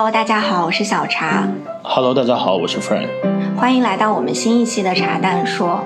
Hello， 大家好，我是小茶。 Hello， 大家好，我是 Frank。 欢迎来到我们新一期的茶蛋说。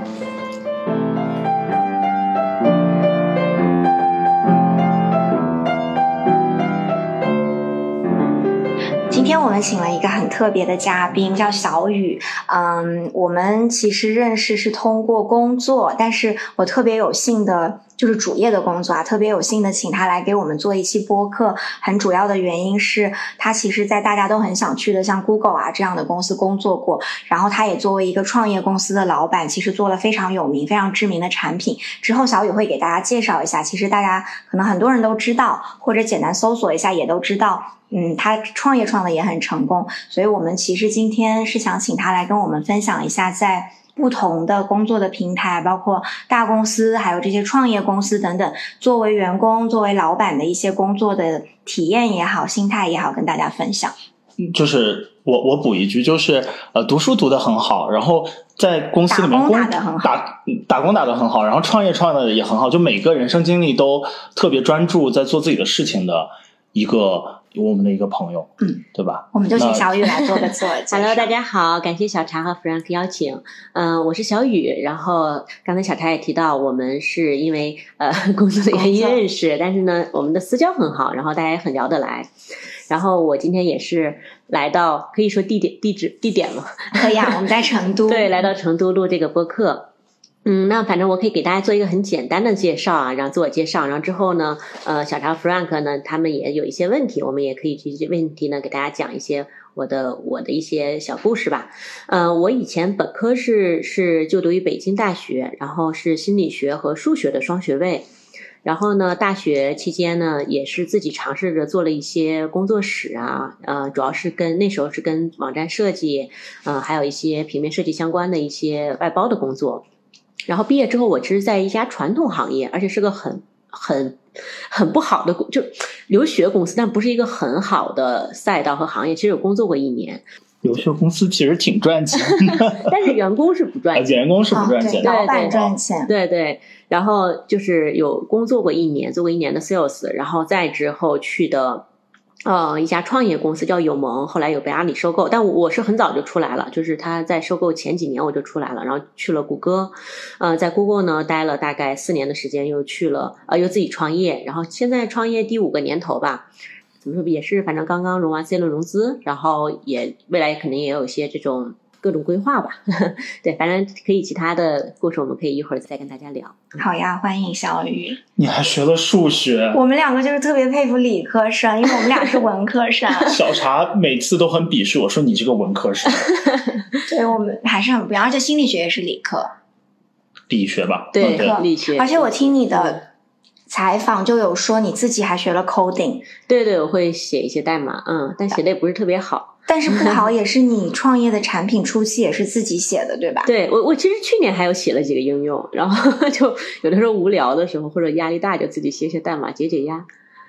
今天我们请了一个很特别的嘉宾，叫小雨。我们其实认识是通过工作，但是我特别有幸的，就是主业的工作啊，特别有幸的请他来给我们做一期播客。很主要的原因是他其实在大家都很想去的像 Google 啊这样的公司工作过，然后他也作为一个创业公司的老板，其实做了非常有名非常知名的产品。之后小雨会给大家介绍一下，其实大家可能很多人都知道，或者简单搜索一下也都知道，他创业创的也很成功。所以我们其实今天是想请他来跟我们分享一下在不同的工作的平台，包括大公司还有这些创业公司等等，作为员工作为老板的一些工作的体验也好，心态也好，跟大家分享。 就是我补一句，就是读书读得很好，然后在公司里面打工打得很好，然后创业创的也很好，就每个人生经历都特别专注在做自己的事情的我们的一个朋友，对吧？ 我们就请小雨来做个自我介绍。 Hello， 大家好，感谢小茶和 Frank 邀请。我是小雨，然后刚才小茶也提到，我们是因为工作的原因认识，但是呢，我们的私交很好，然后大家也很聊得来。然后我今天也是来到，可以说地点了， 可以啊，我们在成都。 对，来到成都录这个播客。那反正我可以给大家做一个很简单的介绍啊，然后自我介绍，然后之后呢，小茶 Frank 呢，他们也有一些问题，我们也可以这些问题呢给大家讲一些我的一些小故事吧。我以前本科是就读于北京大学，然后是心理学和数学的双学位。然后呢，大学期间呢，也是自己尝试着做了一些工作室啊，主要是那时候是跟网站设计，还有一些平面设计相关的一些外包的工作。然后毕业之后，我其实在一家传统行业，而且是个很不好的就留学公司，但不是一个很好的赛道和行业。其实有工作过1年。 留学公司其实挺赚钱的， 但是员工是不赚钱， 员工是不赚钱的， 老板赚钱。 对。然后就是有工作过1年，做过1年的 sales， 然后再之后去的一家创业公司叫友盟，后来有被阿里收购，但我是很早就出来了，就是他在收购前几年我就出来了，然后去了谷歌，在 Google 呢待了大概4年的时间，又去了又自己创业，然后现在创业第5个年头吧。怎么说也是，反正刚刚融完 C 轮融资，然后也未来肯定也有一些这种各种规划吧。对，反正可以其他的故事我们可以一会儿再跟大家聊。 好呀，欢迎小雨。 你还学了数学？ 我们两个就是特别佩服理科生，因为我们俩是文科生。 小茶每次都很鄙视我说你这个文科生。 对，我们还是很不一样，而且心理学也是理科。 理学吧？ 对，理学。 而且我听你的采访就有说你自己还学了 coding。 对，我会写一些代码，但写的也不是特别好。 但是不好也是你创业的产品初期也是自己写的对吧？ 对，我其实去年还有写了几个应用，然后就有的时候无聊的时候或者压力大就自己写代码解压。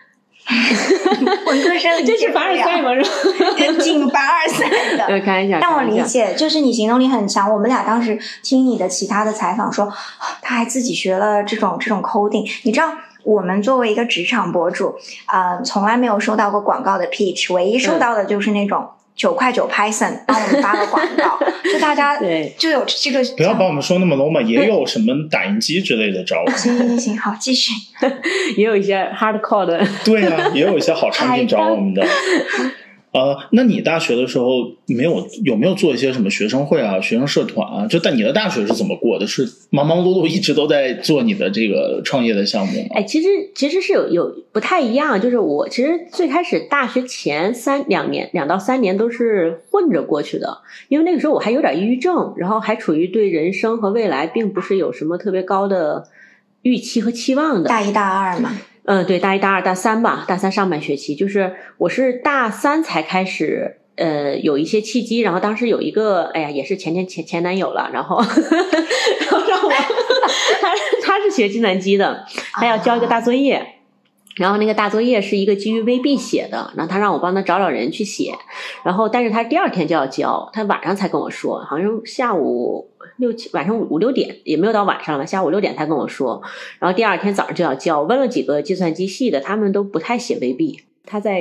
文科生这是凡尔赛吗？ 仅凡尔赛的。 开玩笑。 但我理解，就是你行动力很强。我们俩当时听你的其他的采访说，他还自己学了这种 coding。你知道我们作为一个职场博主，从来没有收到过广告的 pitch， 唯一收到的就是那种9块9 Python 帮我们发个广告，就大家就有这个。 不要把我们说那么 low 嘛，也有什么打印机之类的招。 行，好，继续。 也有一些 hardcore 的。 对啊，也有一些好产品找我们的。那你大学的时候有没有做一些什么学生会啊、学生社团啊？就但你的大学是怎么过的？是忙忙碌碌一直都在做你的这个创业的项目吗？ 其实是有不太一样，就是我其实最开始大学前2到3年都是混着过去的，因为那个时候我还有点抑郁症，然后还处于对人生和未来并不是有什么特别高的预期和期望的。 大1大2嘛。 对，大1大2大3吧，大3上半学期，就是我是大3才开始有一些契机，然后当时有一个也是前男友了，然后让我他是学计算机的，他要交一个大作业，然后那个大作业是一个基于 VB 写的，然后他让我帮他找人去写，然后但是他第2天就要交，他晚上才跟我说，好像晚上5、6点，也没有到晚上了，下午6点才跟我说，然后第2天早上就要交。问了几个计算机系的，他们都不太写 VB。他在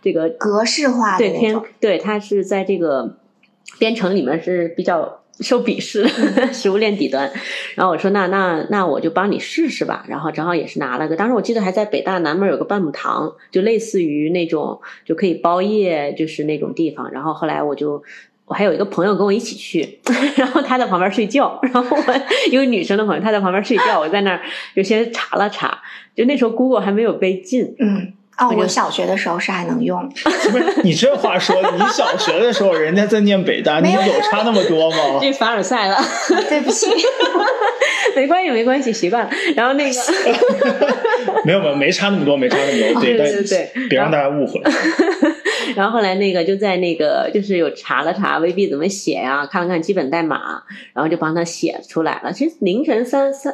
这个格式化的那种。 对，它是在这个编程里面是比较受鄙视的食物链底端。然后我说那我就帮你试试吧。然后正好也是拿了个，当时我记得还在北大南门有个半亩堂，就类似于那种就可以包夜就是那种地方。然后后来我还有一个朋友跟我一起去，然后他在旁边睡觉，然后我一个女生的朋友她在旁边睡觉，我在那儿就先查了查，就那时候 Google 还没有被禁。 我小学的时候是还能用。 不是你这话说，你小学的时候人家在念北大，你有差那么多吗？ 这凡尔赛了， 对不起。 没关系，习惯了。然后那个没差那么多，对，别让大家误会。 然后后来那个就在那个就是有查了查 VB 怎么写呀，看了看基本代码，然后就帮他写出来了。其实凌晨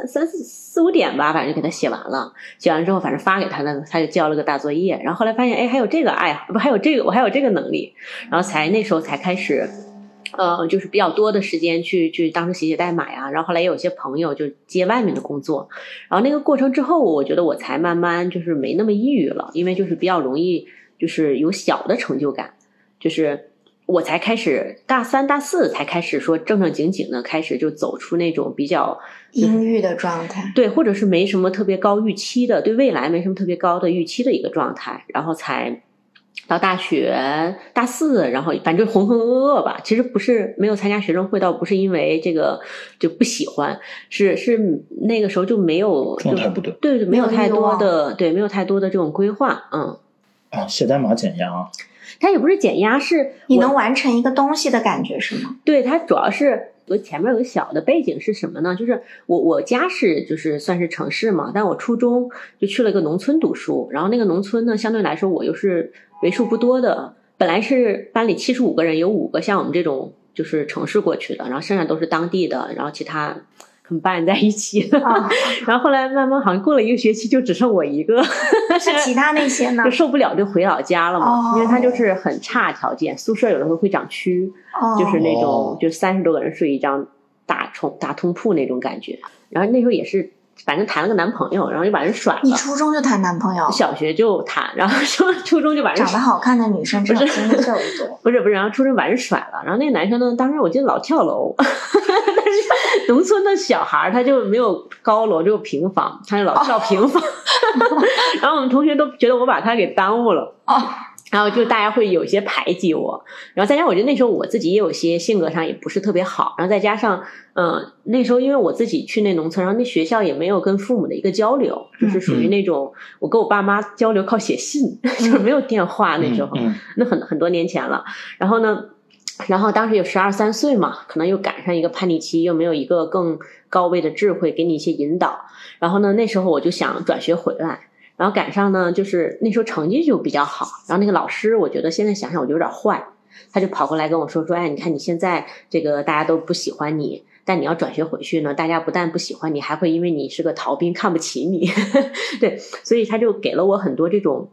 3、4、5点吧，反正就给他写完了。写完之后，反正发给他呢，他就交了个大作业。然后后来发现，还有这个爱好，不还有这个，我还有这个能力。然后那时候才开始。就是比较多的时间去当时写代码呀，然后后来也有些朋友就接外面的工作，然后那个过程之后，我觉得我才慢慢就是没那么抑郁了，因为就是比较容易就是有小的成就感，就是我才开始大3、大4才开始说正正经经的开始就走出那种比较阴郁的状态， 对，或者是没什么特别高预期的，对未来没什么特别高的预期的一个状态，然后才。到大学大4，然后反正浑浑噩噩吧。其实不是没有参加学生会，倒不是因为这个就不喜欢，是那个时候就没有状态不对， 对，没有太多的没有太多的这种规划， 写代码减压， 它也不是减压，是你能完成一个东西的感觉是吗？ 对，它主要是。我前面有个小的背景是什么呢？就是我家是就是算是城市嘛，但我初中就去了一个农村读书，然后那个农村呢，相对来说我又是为数不多的，本来是班里75个人，有5个像我们这种就是城市过去的，然后剩下都是当地的，然后其他combine在一起的，然后后来慢慢好像过了1个学期，就只剩我一个， 其他那些呢就受不了就回老家了嘛，因为它就是很差条件，宿舍有的时候会长蛆，就是那种就30多个人睡一张大通铺那种感觉，然后那时候也是。反正谈了个男朋友，然后就把人甩了。 你初中就谈男朋友？ 小学就谈，然后初中就把人长得好看的女生，这种经历特别多。 不是，然后初中把人甩了，然后那个男生呢，当时我记得老跳楼，但是农村的小孩他就没有高楼，只有平房，他就老跳平房，然后我们同学都觉得我把他给耽误了。然后就大家会有些排挤我，然后再加上我觉得那时候我自己也有些性格上也不是特别好，然后再加上那时候因为我自己去那农村，然后那学校也没有跟父母的一个交流，就是属于那种我跟我爸妈交流靠写信，就是没有电话那时候，那很多年前了。然后当时有12、13岁嘛，可能又赶上一个叛逆期，又没有一个更高位的智慧给你一些引导，然后呢那时候我就想转学回来。然后赶上呢，就是那时候成绩就比较好，然后那个老师，我觉得现在想想我就有点坏，他就跑过来跟我说，哎，你看你现在这个大家都不喜欢你，但你要转学回去呢，大家不但不喜欢你，还会因为你是个逃兵看不起你，对，所以他就给了我很多这种。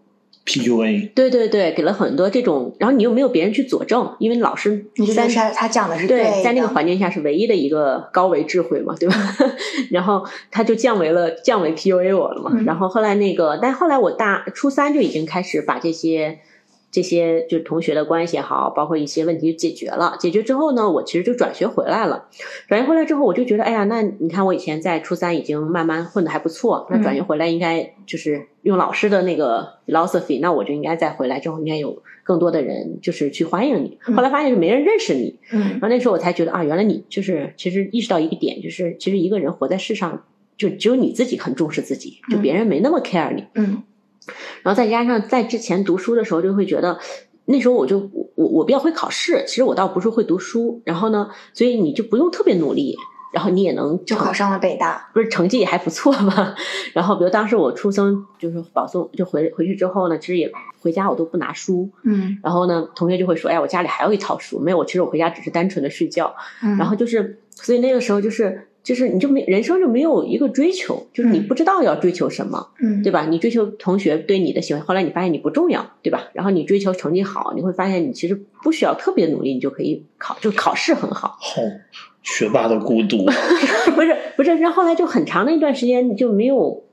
PUA 对，给了很多这种，然后你又没有别人去佐证，因为老师你觉得他讲的是对的， 在那个环境下是唯一的一个高维智慧嘛，对吧？然后他就降为 PUA 我了嘛。然后后来但后来我初3就已经开始把这些就同学的关系也好，包括一些问题解决了。解决之后呢，我其实就转学回来了。转学回来之后，我就觉得，哎呀，那你看我以前在初3已经慢慢混得还不错，那转学回来应该就是用老师的那个 philosophy，那我就应该再回来之后应该有更多的人就是去欢迎你。后来发现就没人认识你，然后那时候我才觉得原来你就是其实意识到一个点，就是其实一个人活在世上，就只有你自己很重视自己，就别人没那么 care 你。然后再加上在之前读书的时候就会觉得那时候我比较会考试，其实我倒不是会读书，然后呢所以你就不用特别努力，然后你也能就考上了北大， 不是成绩也还不错嘛。然后比如当时我初中就是保送就回去之后呢，其实也回家我都不拿书，然后呢同学就会说，哎，我家里还有一套书，没有，其实我回家只是单纯的睡觉，然后就是所以那个时候就是你就人生就没有一个追求，就是你不知道要追求什么，对吧？你追求同学对你的喜欢，后来你发现你不重要，对吧？然后你追求成绩好，你会发现你其实不需要特别努力，你就可以考试很好。 好，学霸的孤独。 不是，然后后来就很长的一段时间你就没有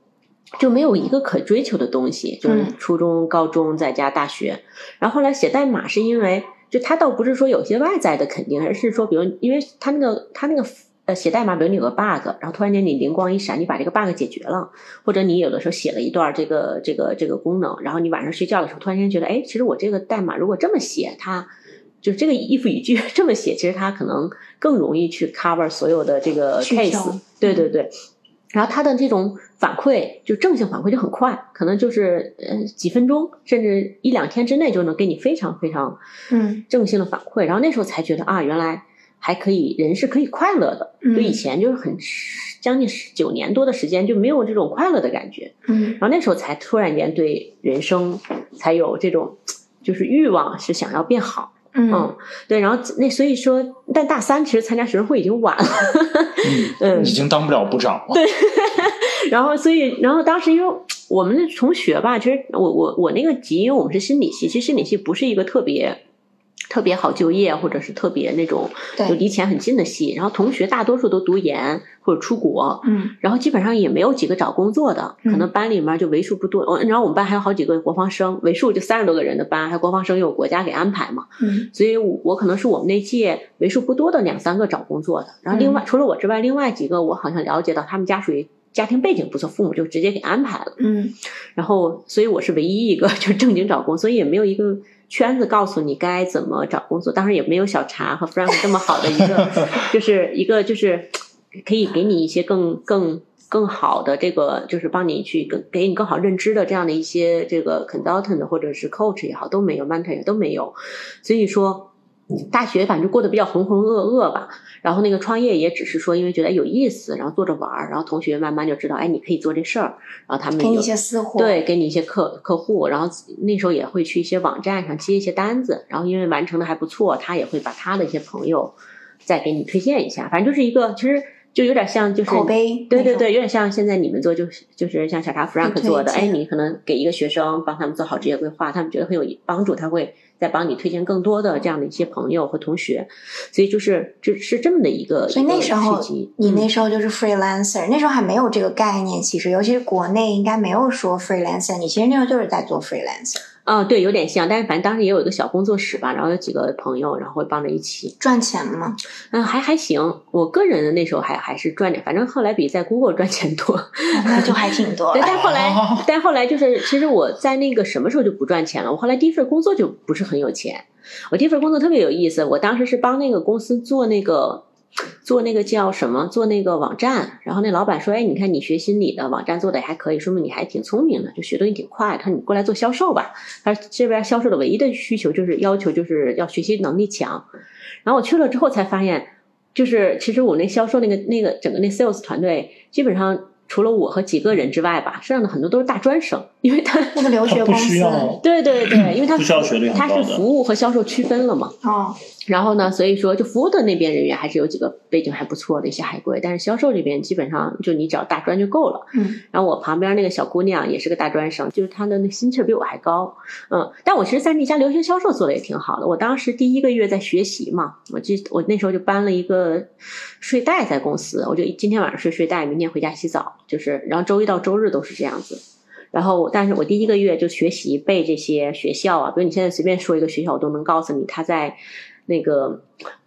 就没有一个可追求的东西，就是初中、高中再加大学。然后后来写代码是因为，就他倒不是说有些外在的肯定，而是说，比如因为他那个写代码，比如你有个 bug， 然后突然间你灵光一闪，你把这个 bug 解决了，或者你有的时候写了一段这个功能，然后你晚上睡觉的时候突然间觉得，哎，其实我这个代码如果这么写，它就这个if语句这么写，其实它可能更容易去 cover 所有的这个 case。对对对。然后它的这种反馈，就正性反馈就很快，可能就是几分钟甚至1-2天之内就能给你非常非常正性的反馈。然后那时候才觉得啊，原来还可以，人是可以快乐的。就以前就是将近9年多的时间就没有这种快乐的感觉。然后那时候才突然间对人生才有这种就是欲望，是想要变好。对，然后所以说，但大3其实参加学生会已经晚了， 已经当不了部长了。 对，然后当时因为我们的同学吧，其实我那个级，因为我们是心理系，其实心理系不是一个特别好就业，或者是特别那种就离钱很近的系，然后同学大多数都读研或者出国，然后基本上也没有几个找工作的，可能班里面就为数不多。然后我们班还有好几个国防生，为数就30多个人的班，还国防生有国家给安排嘛，所以我可能是我们那届为数不多的2-3个找工作的。然后另外除了我之外，另外几个我好像了解到他们家属于家庭背景不错，父母就直接给安排了，然后所以我是唯一一个就正经找工，所以也没有一个圈子告诉你该怎么找工作，当然也没有小茶和 Frank 这么好的就是可以给你一些更好的这个，就是帮你去给你更好认知的这样的一些这个 consultant 或者是 coach 也好，都没有 mentor 也都没有，所以说大学反正过得比较浑浑噩噩吧。然后那个创业也只是说因为觉得有意思，然后做着玩，然后同学慢慢就知道，哎，你可以做这事儿，然后他们给你一些私货， 对，给你一些客户，然后那时候也会去一些网站上接一些单子，然后因为完成的还不错，他也会把他的一些朋友再给你推荐一下，反正就是一个其实就有点像就是口碑， 对对对，有点像现在你们做就是像小茶 Frank 做的，哎，你可能给一个学生帮他们做好职业规划，他们觉得很有帮助，他会再帮你推荐更多的这样的一些朋友和同学，所以就是这么的一个。 所以那时候你那时候就是 freelancer，那时候还没有这个概念，其实尤其是国内应该没有说 freelancer， 你其实那时候就是在做 freelancer。 对，有点像，但是反正当时也有一个小工作室吧，然后有几个朋友，然后会帮着一起赚钱吗？ 还行，我个人的那时候还是赚点，反正后来比在 Google 赚钱多， 那就还挺多。 对，但后来就是其实我在那个什么时候就不赚钱了，我后来第一份工作就不是很有钱，我第一份工作特别有意思，我当时是帮那个公司做那个叫什么，做那个网站，然后那老板说，哎，你看你学心理的，网站做的也还可以，说明你还挺聪明的，就学东西挺快，他说你过来做销售吧，他说这边销售的唯一的需求就是要求就是要学习能力强，然后我去了之后才发现，就是其实我那销售那个整个那 sales 团队基本上除了我和几个人之外吧，剩下的很多都是大专生，因为他那个留学公司， 对对对，因为他不需要学历很高的， 他是服务和销售区分了嘛。然后呢，所以说就服务的那边人员还是有几个背景还不错的一些海归，但是销售这边基本上就你只要大专就够了。然后我旁边那个小姑娘也是个大专生，就是她的那心气儿比我还高。但我其实在那家留学销售做的也挺好的。我当时第1个月在学习嘛，我那时候就搬了一个睡袋在公司，我就今天晚上睡袋，明天回家洗澡，就是然后周一到周日都是这样子。然后但是我第1个月就学习背这些学校啊，比如你现在随便说一个学校我都能告诉你他在那个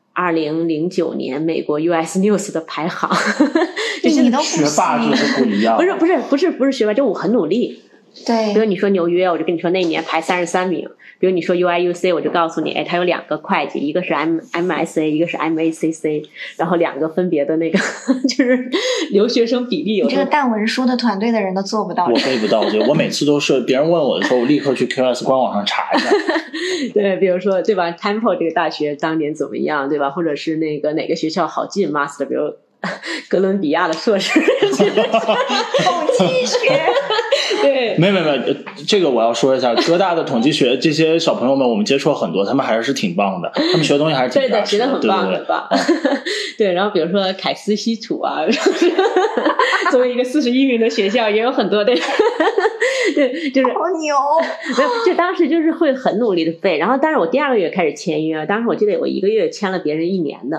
2009年美国 US News 的排行你都学霸就是不一样， 不是学霸，就我很努力。 对， 比如你说纽约，我就跟你说那一年排33名。比如你说 UIUC， 我就告诉你，哎，它有2个会计，一个是 MSA， 一个是 MACC， 然后2个分别的那个就是留学生比例。 你这个淡文书的团队的人都做不到。 我背不到，我每次都是别人问我的时候，我立刻去 QS 官网上查一下。 对，比如说对吧 ，Temple 这个大学当年怎么样，对吧？或者是那个哪个学校好进 Master， 比如哥伦比亚的硕士。 统计学。 对， 没，这个我要说一下，哥大的统计学这些小朋友们，我们接触了很多，他们还是挺棒的，他们学的东西还是挺对，学的很棒，很棒。对，然后比如说凯斯西土啊，作为一个41名的学校，也有很多的。对，就是好牛。 没有，就当时就是会很努力的背，然后当然我第2个月开始签约，当时我记得我1个月签了别人1年的。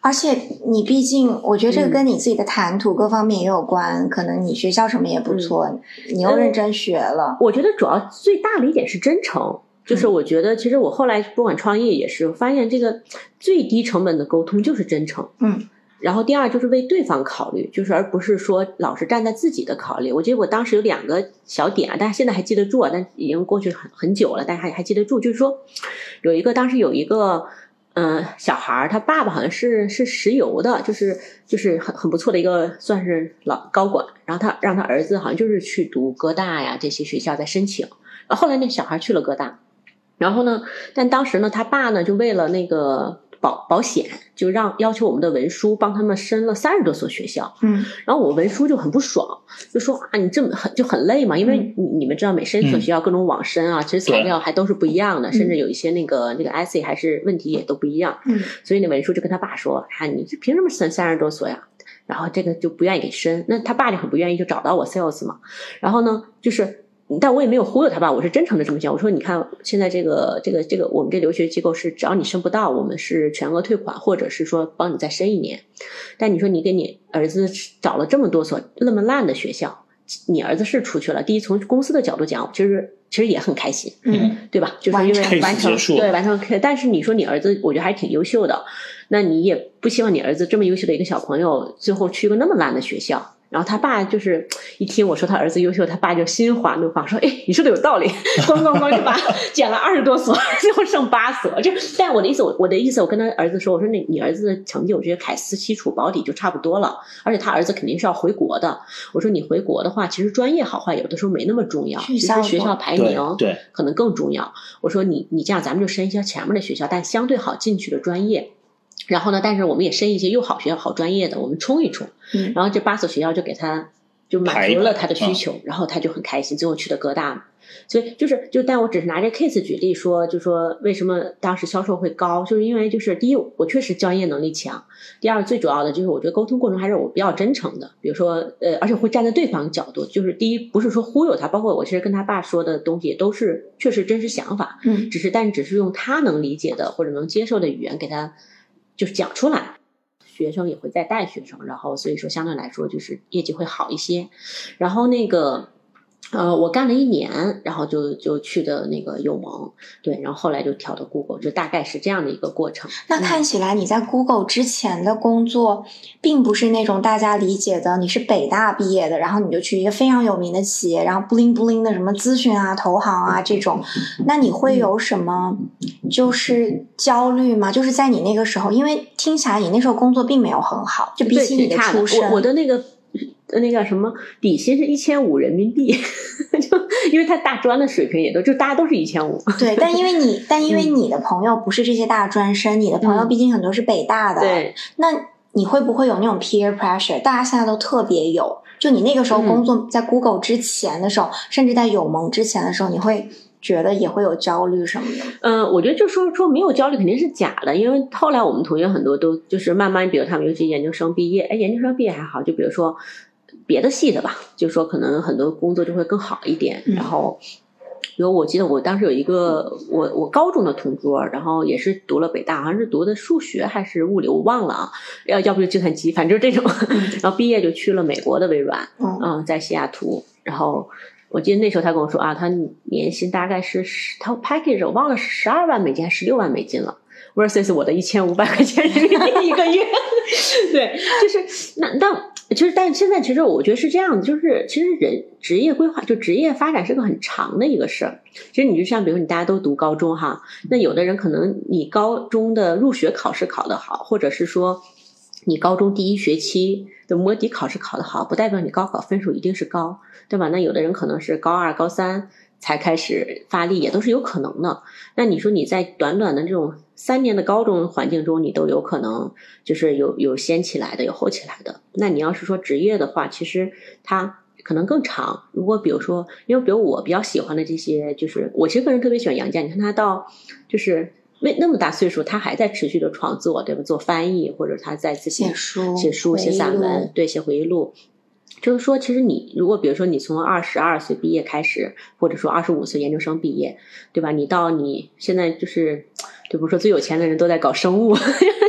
而且你毕竟我觉得这个跟你自己的谈吐各方面也有关，可能你学校什么也不错，你又认真学了。 我觉得主要最大的一点是真诚，就是我觉得其实我后来不管创业也是发现这个最低成本的沟通就是真诚。然后第二就是为对方考虑，就是而不是说老是站在自己的考虑。我记得我当时有2个小点，大家现在还记得住，但已经过去很久了，但还记得住。就是说当时有一个小孩，他爸爸好像是石油的，就是很不错的一个算是老高管，然后他让他儿子好像就是去读哥大呀这些学校在申请，后来那小孩去了哥大，然后呢，但当时呢他爸呢就为了那个保险，就要求我们的文书帮他们申了30多所学校。然后我文书就很不爽，就说啊，你这么很累嘛，因为你们知道每申一所学校各种网申啊，其实材料还都是不一样的，甚至有一些那个 essay 还是问题也都不一样。所以那文书就跟他爸说，你凭什么申30多所呀？然后这个就不愿意给申，那他爸就很不愿意，就找到我 sales 嘛。然后呢，但我也没有忽悠他吧，我是真诚的这么讲，我说你看现在这个我们这留学机构是只要你申不到，我们是全额退款，或者是说帮你再申1年。但你说你给你儿子找了这么多所那么烂的学校，你儿子是出去了，第一从公司的角度讲，其实也很开心，对吧？就是因为完成，但是你说你儿子我觉得还挺优秀的，那你也不希望你儿子这么优秀的一个小朋友最后去一个那么烂的学校。然后他爸就是一听我说他儿子优秀，他爸就心花怒放，说你说的有道理，咣就把减了20多所，最后剩8所。但我的意思我跟他儿子说，我说你儿子的成绩我觉得凯斯基础保底就差不多了，而且他儿子肯定是要回国的。我说你回国的话，其实专业好坏有的时候没那么重要，其实学校排名对可能更重要。我说你这样咱们就申一些前面的学校，但相对好进去的专业。然后呢，但是我们也申一些又好学校好专业的，我们冲一冲。然后这8所学校就给他就满足了他的需求，然后他就很开心，最后去的哥大嘛。所以但我只是拿这 case 举例说，就说为什么当时销售会高，就是因为就是第一我确实专业能力强，第二最主要的就是我觉得沟通过程还是我比较真诚的，比如说而且会站在对方角度，就是第一不是说忽悠他，包括我其实跟他爸说的东西都是确实真实想法，但只是用他能理解的或者能接受的语言给他就是讲出来。学生也会再带学生，然后所以说相对来说就是业绩会好一些。然后那个我干了1年，然后就去的那个友盟，对，然后后来就调到 Google， 就大概是这样的一个过程。 那看起来你在 Google 之前的工作并不是那种大家理解的你是北大毕业的，然后你就去一个非常有名的企业，然后 bling bling 的什么咨询啊投行啊这种，那你会有什么就是焦虑吗？就是在你那个时候，因为听起来你那时候工作并没有很好，就比起你的出身， 我的那个什么底薪是1500人民币，就因为他大专的水平也就大家都是1500。 对，但因为你的朋友不是这些大专生，你的朋友毕竟很多是北大的， 对， 那你会不会有那种 peer pressure？ 大家现在都特别有，就你那个时候工作在 Google 之前的时候，甚至在友盟之前的时候，你会觉得也会有焦虑什么的？ 我觉得就说没有焦虑肯定是假的，因为后来我们同学很多都就是慢慢，比如他们尤其研究生毕业，研究生毕业还好，就比如说别的系的吧，就说可能很多工作就会更好一点。然后比如我记得我当时有一个我高中的同桌，然后也是读了北大，好像是读的数学还是物理我忘了啊，要不就计算机，反正就是这种然后毕业就去了美国的微软，在西雅图。然后我记得那时候他跟我说啊，他年薪大概是他 package 我忘了是12万美金还是16万美金了 versus 我的1500块钱人民币一个月对，就是但现在其实我觉得是这样的，就是其实职业规划就职业发展是个很长的一个事儿。其实你就像比如你大家都读高中哈，那有的人可能你高中的入学考试考得好，或者是说你高中第1学期的模拟考试考得好，不代表你高考分数一定是高，对吧？那有的人可能是高2高3才开始发力，也都是有可能的。那你说你在短短的这种3年的高中环境中，你都有可能就是有先起来的，有后起来的。那你要是说职业的话，其实它可能更长。如果比如说，因为比如我比较喜欢的这些，就是我其实个人特别喜欢杨绛，你看他到就是那么大岁数，他还在持续的创作，对吧？做翻译，或者他在自己写书、写散文，对，写回忆录。就是说其实你如果比如说你从22岁毕业开始，或者说25岁研究生毕业，对吧？你到你现在就是就比如说最有钱的人都在搞生物比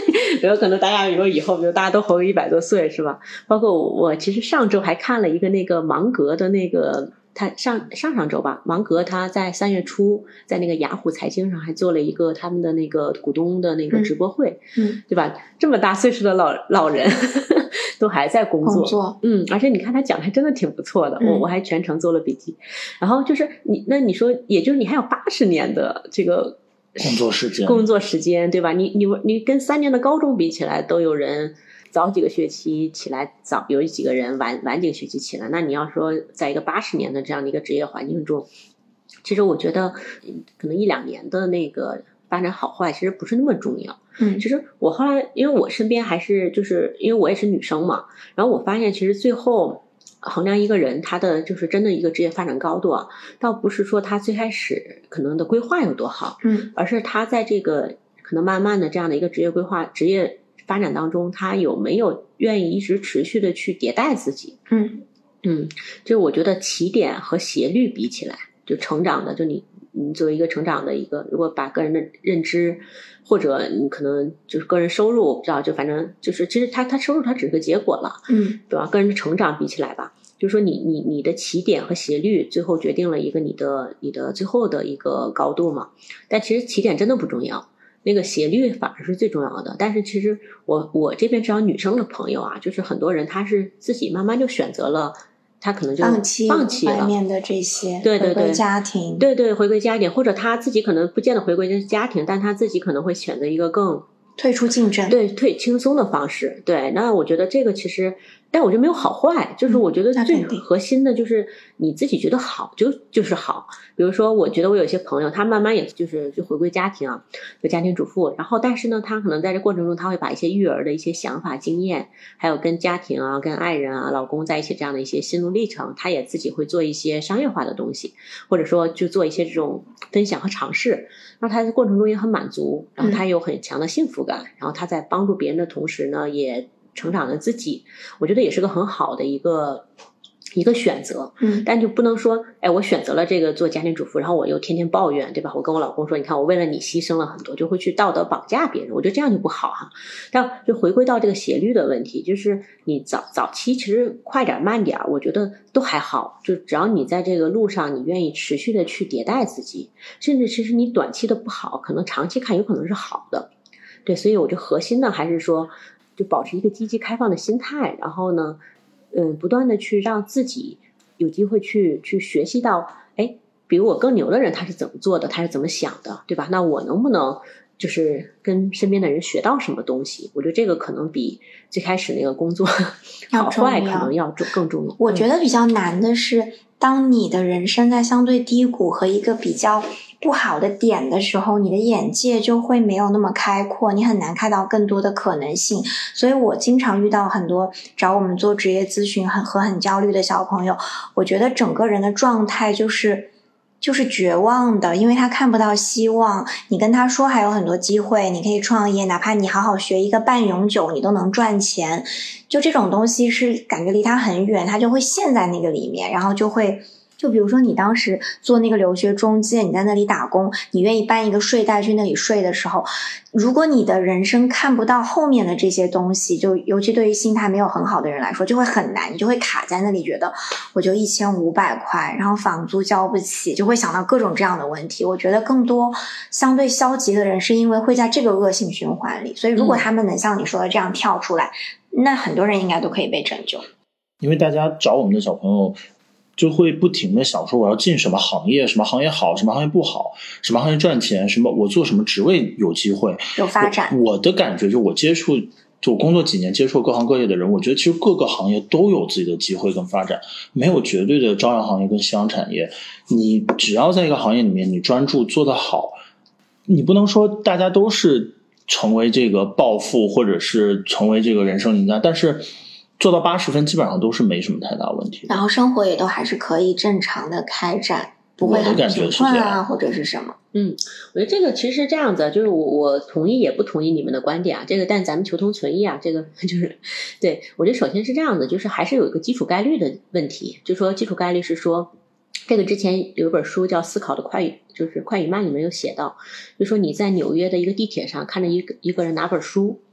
然后可能大家比如以后，比如大家都活个100多岁，是吧？包括我其实上周还看了一个那个芒格的那个。他上周吧，芒格他在3月初在那个雅虎财经上还做了一个他们的那个股东的那个直播会，对吧？这么大岁数的老人都还在工作，而且你看他讲的还真的挺不错的，我还全程做了笔记。然后就是你说，也就是你还有80年的这个工作时间，对吧？你跟3年的高中比起来，都有人早几个学期起来，有几个人晚几个学期起来。那你要说在一个80年的这样的一个职业环境中，其实我觉得可能1-2年的那个发展好坏其实不是那么重要。其实我后来因为我身边还是就是因为我也是女生嘛，然后我发现其实最后衡量一个人他的就是真的一个职业发展高度啊，倒不是说他最开始可能的规划有多好，而是他在这个可能慢慢的这样的一个职业规划职业发展当中，他有没有愿意一直持续的去迭代自己？就我觉得起点和斜率比起来，就成长的，就你作为一个成长的一个，如果把个人的认知或者你可能就是个人收入，我不知道，就反正就是其实他收入它只是个结果了，对吧？个人的成长比起来吧，就是说你的起点和斜率最后决定了一个你的最后的一个高度嘛。但其实起点真的不重要。那个斜率反而是最重要的，但是其实我这边至少女生的朋友啊，就是很多人他是自己慢慢就选择了，他可能就放弃了外面的这些， 对， 回归家庭， 对，回归家庭，或者他自己可能不见得回归家庭，但他自己可能会选择一个更退出竞争， 对，轻松的方式。对，那我觉得这个其实，但我觉得没有好坏，就是我觉得最核心的就是你自己觉得好就是好。比如说，我觉得我有些朋友，他慢慢也就回归家庭啊，就家庭主妇，然后但是呢，他可能在这过程中，他会把一些育儿的一些想法、经验，还有跟家庭啊、跟爱人啊、老公在一起这样的一些心路历程，他也自己会做一些商业化的东西，或者说就做一些这种分享和尝试。那他在过程中也很满足，然后他有很强的幸福感，然后他在帮助别人的同时呢，也成长了自己，我觉得也是个很好的一个选择。但就不能说我选择了这个做家庭主妇，然后我又天天抱怨，对吧？我跟我老公说，你看我为了你牺牲了很多，就会去道德绑架别人，我觉得这样就不好哈。但就回归到这个斜率的问题，就是你早期其实快点慢点，我觉得都还好，就只要你在这个路上，你愿意持续的去迭代自己，甚至其实你短期的不好，可能长期看有可能是好的。对，所以我觉得核心的还是说，就保持一个积极开放的心态，然后呢，不断的去让自己有机会去学习到，比如我更牛的人他是怎么做的，他是怎么想的，对吧？那我能不能就是跟身边的人学到什么东西？我觉得这个可能比最开始那个工作好坏可能要更重要。 我觉得比较难的是，当你的人生在相对低谷和一个比较不好的点的时候，你的眼界就会没有那么开阔，你很难看到更多的可能性。所以我经常遇到很多找我们做职业咨询和很焦虑的小朋友，我觉得整个人的状态就是绝望的，因为他看不到希望。你跟他说还有很多机会，你可以创业，哪怕你好好学一个半永久，你都能赚钱。就这种东西是感觉离他很远，他就会陷在那个里面，然后就比如说你当时做那个留学中介，你在那里打工，你愿意搬一个睡袋去那里睡的时候，如果你的人生看不到后面的这些东西，就尤其对于心态没有很好的人来说就会很难，你就会卡在那里，觉得我就1500块，然后房租交不起，就会想到各种这样的问题。我觉得更多相对消极的人是因为会在这个恶性循环里，所以如果他们能像你说的这样跳出来，那很多人应该都可以被拯救。 因为大家找我们的小朋友就会不停的想说我要进什么行业，什么行业好，什么行业不好，什么行业赚钱，什么我做什么职位有机会有发展。 我的感觉就我工作几年接触各行各业的人，我觉得其实各个行业都有自己的机会跟发展，没有绝对的朝阳行业跟夕阳产业。你只要在一个行业里面你专注做得好，你不能说大家都是成为这个暴富或者是成为这个人生赢家，但是做到80分基本上都是没什么太大问题的， 然后生活也都还是可以正常的开展，不会很贫困啊或者是什么。 我觉得这个其实是这样子，就是我同意也不同意你们的观点啊，这个但咱们求同存异啊，这个就是对，我觉得首先是这样的，就是还是有一个基础概率的问题，就说基础概率是说这个之前有一本书叫《思考的快语》，就是快与慢里面有写到，就说你在纽约的一个地铁上看着一个人拿本书，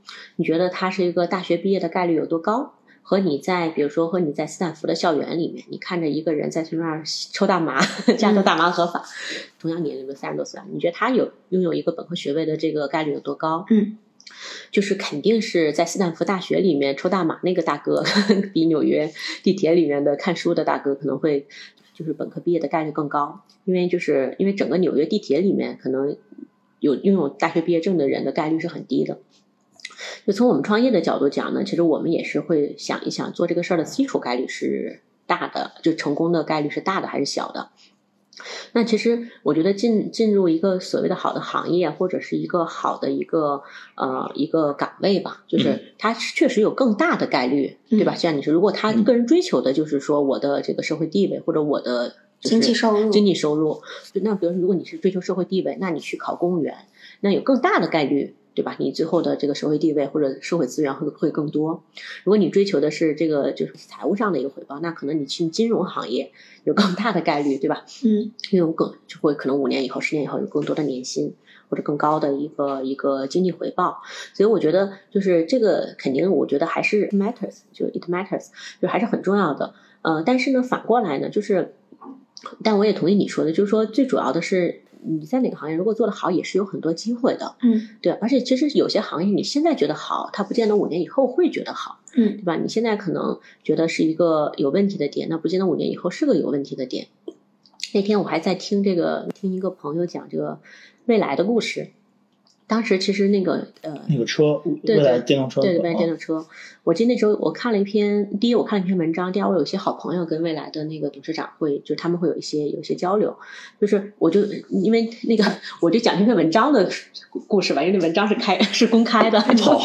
你觉得他是一个大学毕业的概率有多高？和你在比如说和你在斯坦福的校园里面，你看着一个人在那儿抽大麻，加州大麻合法，同样年龄的30多岁，你觉得他拥有一个本科学位的这个概率有多高？就是肯定是在斯坦福大学里面抽大麻那个大哥比纽约地铁里面的看书的大哥可能会就是本科毕业的概率更高，因为整个纽约地铁里面可能拥有大学毕业证的人的概率是很低的。就从我们创业的角度讲呢，其实我们也是会想一想做这个事儿的基础概率是大的，就成功的概率是大的还是小的。那其实我觉得进入一个所谓的好的行业，或者是一个好的一个岗位吧，就是它确实有更大的概率，对吧？像你说，如果他个人追求的就是说我的这个社会地位或者我的经济收入， 那比如如果你是追求社会地位，那你去考公务员，那有更大的概率，对吧？你最后的这个社会地位或者社会资源会更多。如果你追求的是这个就是财务上的一个回报，那可能你去金融行业有更大的概率，对吧？因为就会可能5年以后、10年以后有更多的年薪或者更高的一个经济回报。所以我觉得就是这个肯定，我觉得还是 matters， 就 it matters， 就还是很重要的。但是呢，反过来呢，就是但我也同意你说的，就是说最主要的是你在哪个行业如果做得好也是有很多机会的，对，而且其实有些行业你现在觉得好，它不见得5年以后会觉得好，对吧？你现在可能觉得是一个有问题的点，那不见得5年以后是个有问题的点。那天我还在听一个朋友讲这个未来的故事。当时其实那个车，未来电动车， 对未来电动车。我记得那时候我看了一篇文章，第二我有一些好朋友跟未来的那个董事长就他们会有一些交流，就是我就因为那个我就讲这篇文章的故事吧，因为那文章是公开的， 好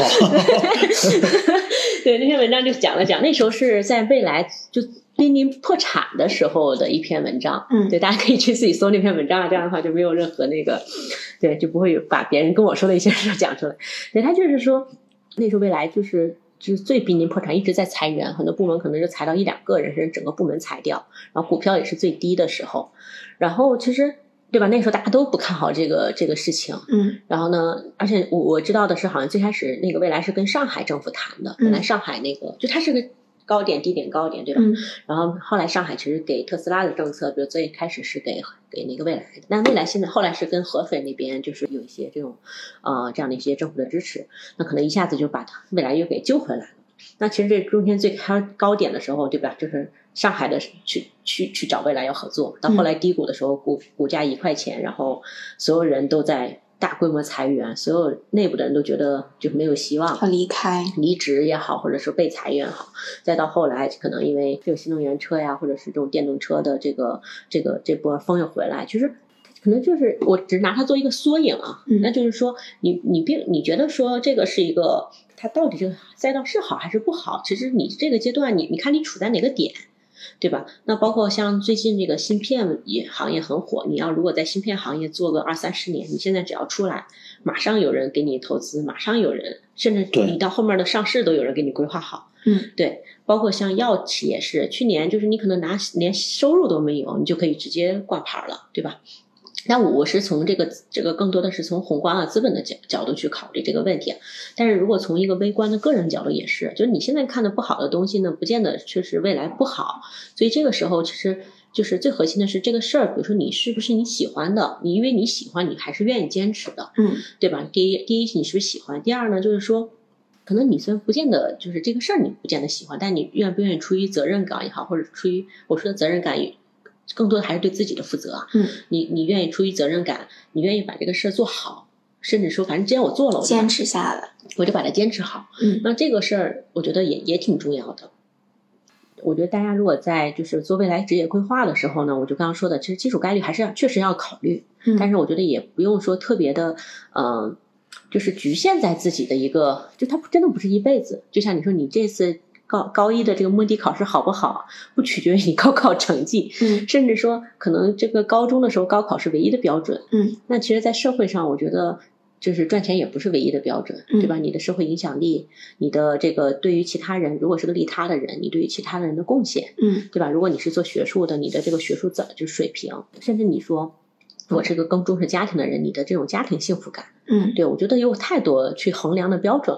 对，那篇文章就讲那时候是在未来就濒临破产的时候的一篇文章，对，大家可以去自己搜那篇文章啊，这样的话就没有任何那个，对，就不会把别人跟我说的一些事讲出来。对，他就是说那时候未来就是最濒临破产，一直在裁员，很多部门可能就裁到1-2个人，甚至整个部门裁掉，然后股票也是最低的时候，然后其实对吧，那时候大家都不看好这个事情，然后呢，而且我知道的是好像最开始那个未来是跟上海政府谈的，本来上海那个就它是个高点低点高点，对吧？然后后来上海其实给特斯拉的政策，比如最开始是给那个未来的，但未来现在后来是跟合肥那边就是有一些这种这样的一些政府的支持，那可能一下子就把未来又给救回来了。那其实这中间最高点的时候，对吧？就是上海的去找未来要合作，到后来低谷的时候，股价1块钱，然后所有人都在大规模裁员，所有内部的人都觉得就没有希望，离职也好，或者是被裁员也好，再到后来可能因为这个新能源车呀，或者是这种电动车的这波风又回来，其实可能就是我只拿它做一个缩影啊，那就是说你觉得说这个是一个它到底这个赛道是好还是不好？其实你这个阶段你看你处在哪个点，对吧？那包括像最近这个芯片行业很火，你要如果在芯片行业做个20-30年，你现在只要出来，马上有人给你投资，马上有人，甚至你到后面的上市都有人给你规划好。对，包括像药企也是，去年就是你可能连收入都没有，你就可以直接挂牌了，对吧？那我是从这个更多的是从宏观啊资本的角度去考虑这个问题，但是如果从一个微观的个人角度也是，就是你现在看的不好的东西呢，不见得确实未来不好，所以这个时候其实就是最核心的是这个事儿，比如说你是不是你喜欢的，你因为你喜欢你还是愿意坚持的，对吧？第一你是不是喜欢，第二呢就是说可能你虽然不见得就是这个事儿你不见得喜欢，但你愿不愿意出于责任感也好，或者出于我说的责任感更多的还是对自己的负责啊。你愿意出于责任感，你愿意把这个事儿做好，甚至说反正既然我做了， 坚持下来， 我就把它坚持好。那这个事儿我觉得也挺重要的。我觉得大家如果在就是做未来职业规划的时候呢，我就刚刚说的，其实基础概率还是确实要考虑，但是我觉得也不用说特别的就是局限在自己的一个，就它真的不是一辈子。就像你说你这次高一的这个摸底考试好不好，不取决于你高考成绩，甚至说可能这个高中的时候高考是唯一的标准，那其实在社会上我觉得就是赚钱也不是唯一的标准，对吧？你的社会影响力，你的这个对于其他人，如果是个利他的人，你对于其他人的贡献，对吧？如果你是做学术的，你的这个学术就是水平，甚至你说我是个更重视家庭的人，你的这种家庭幸福感，对，我觉得有太多去衡量的标准了。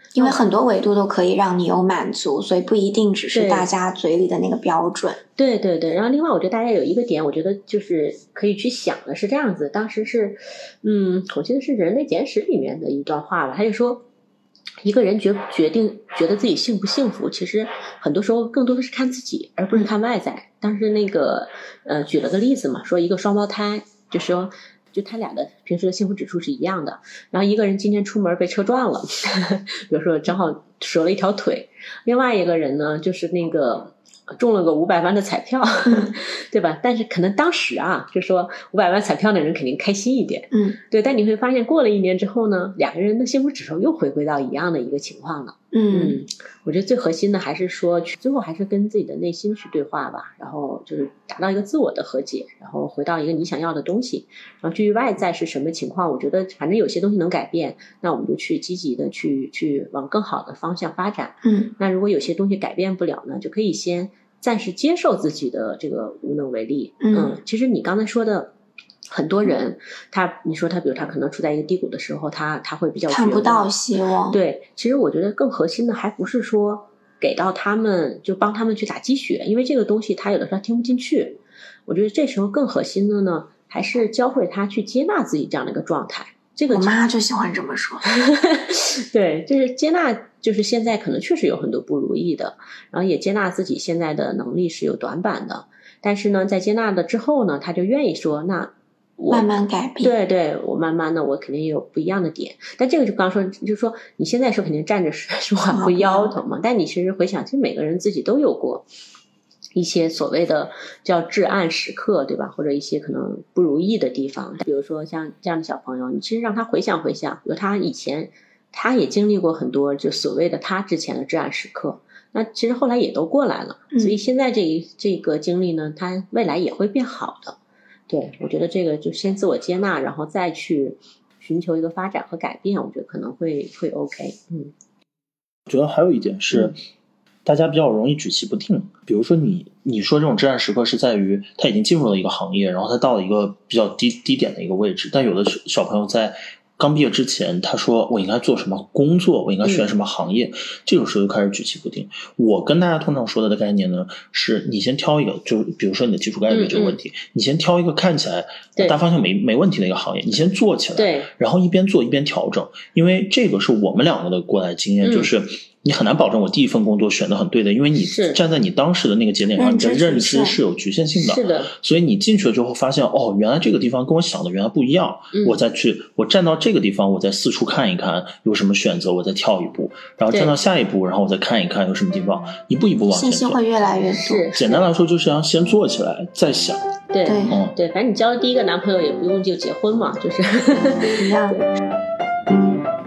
因为很多维度都可以让你有满足，所以不一定只是大家嘴里的那个标准。 对对对，然后另外我觉得大家有一个点，我觉得就是可以去想的是这样子，当时是我记得是《人类简史》里面的一段话吧，他就说一个人决定觉得自己幸不幸福，其实很多时候更多的是看自己，而不是看外在。当时那个举了个例子嘛，说一个双胞胎，就说就他俩的平时的幸福指数是一样的，然后一个人今天出门被车撞了比如说正好折了一条腿，另外一个人呢就是那个中了个500万的彩票对吧？但是可能当时就说500万彩票的人肯定开心一点，对。但你会发现过了1年之后呢，两个人的幸福指数又回归到一样的一个情况了。我觉得最核心的还是说最后还是跟自己的内心去对话吧，然后就是达到一个自我的和解，然后回到一个你想要的东西。然后至于外在是什么情况，我觉得反正有些东西能改变，那我们就去积极的去往更好的方向发展。那如果有些东西改变不了呢，就可以先暂时接受自己的这个无能为力。其实你刚才说的很多人你说他比如他可能处在一个低谷的时候，他会比较看不到希望。 对，其实我觉得更核心的还不是说给到他们就帮他们去打鸡血，因为这个东西他有的时候听不进去。我觉得这时候更核心的呢，还是教会他去接纳自己这样的一个状态。这个我妈就喜欢这么说对，就是接纳，就是现在可能确实有很多不如意的，然后也接纳自己现在的能力是有短板的，但是呢在接纳了之后呢，他就愿意说那我慢慢改变。 对对，我慢慢的我肯定有不一样的点。但这个就刚说就是说你现在说肯定站着说话不腰疼嘛，但你其实回想其实每个人自己都有过一些所谓的叫至暗时刻，对吧？或者一些可能不如意的地方，比如说像这样的小朋友，你其实让他回想回想，比如他以前他也经历过很多就所谓的他之前的至暗时刻，那其实后来也都过来了，所以现在这个经历呢，他未来也会变好的。对，我觉得这个就先自我接纳，然后再去寻求一个发展和改变，我觉得可能会 OK。 我觉得还有一点是大家比较容易举棋不定。比如说你说这种至暗时刻是在于他已经进入了一个行业，然后他到了一个比较低点的一个位置，但有的小朋友在刚毕业之前，他说我应该做什么工作，我应该选什么行业，这种时候就开始举棋不定。我跟大家通常说的概念呢，是你先挑一个，就比如说你的基础概率这个问题，你先挑一个看起来大方向没问题的一个行业，你先做起来， 对， 然后一边做一边调整。因为这个是我们两个的过来经验，就是你很难保证我第一份工作选的很对的，因为你站在你当时的那个节点上，你的认知是有局限性的。 是的， 所以你进去了之后发现，哦，原来这个地方跟我想的原来不一样。我站到这个地方，我再四处看一看有什么选择，我再跳一步，然后站到下一步，然后我再看一看有什么地方，一步一步往前走。 信息会越来越多。 简单来说，就是要先做起来，再想。 对，对，反正你交了第一个男朋友也不用就结婚嘛，就是一样。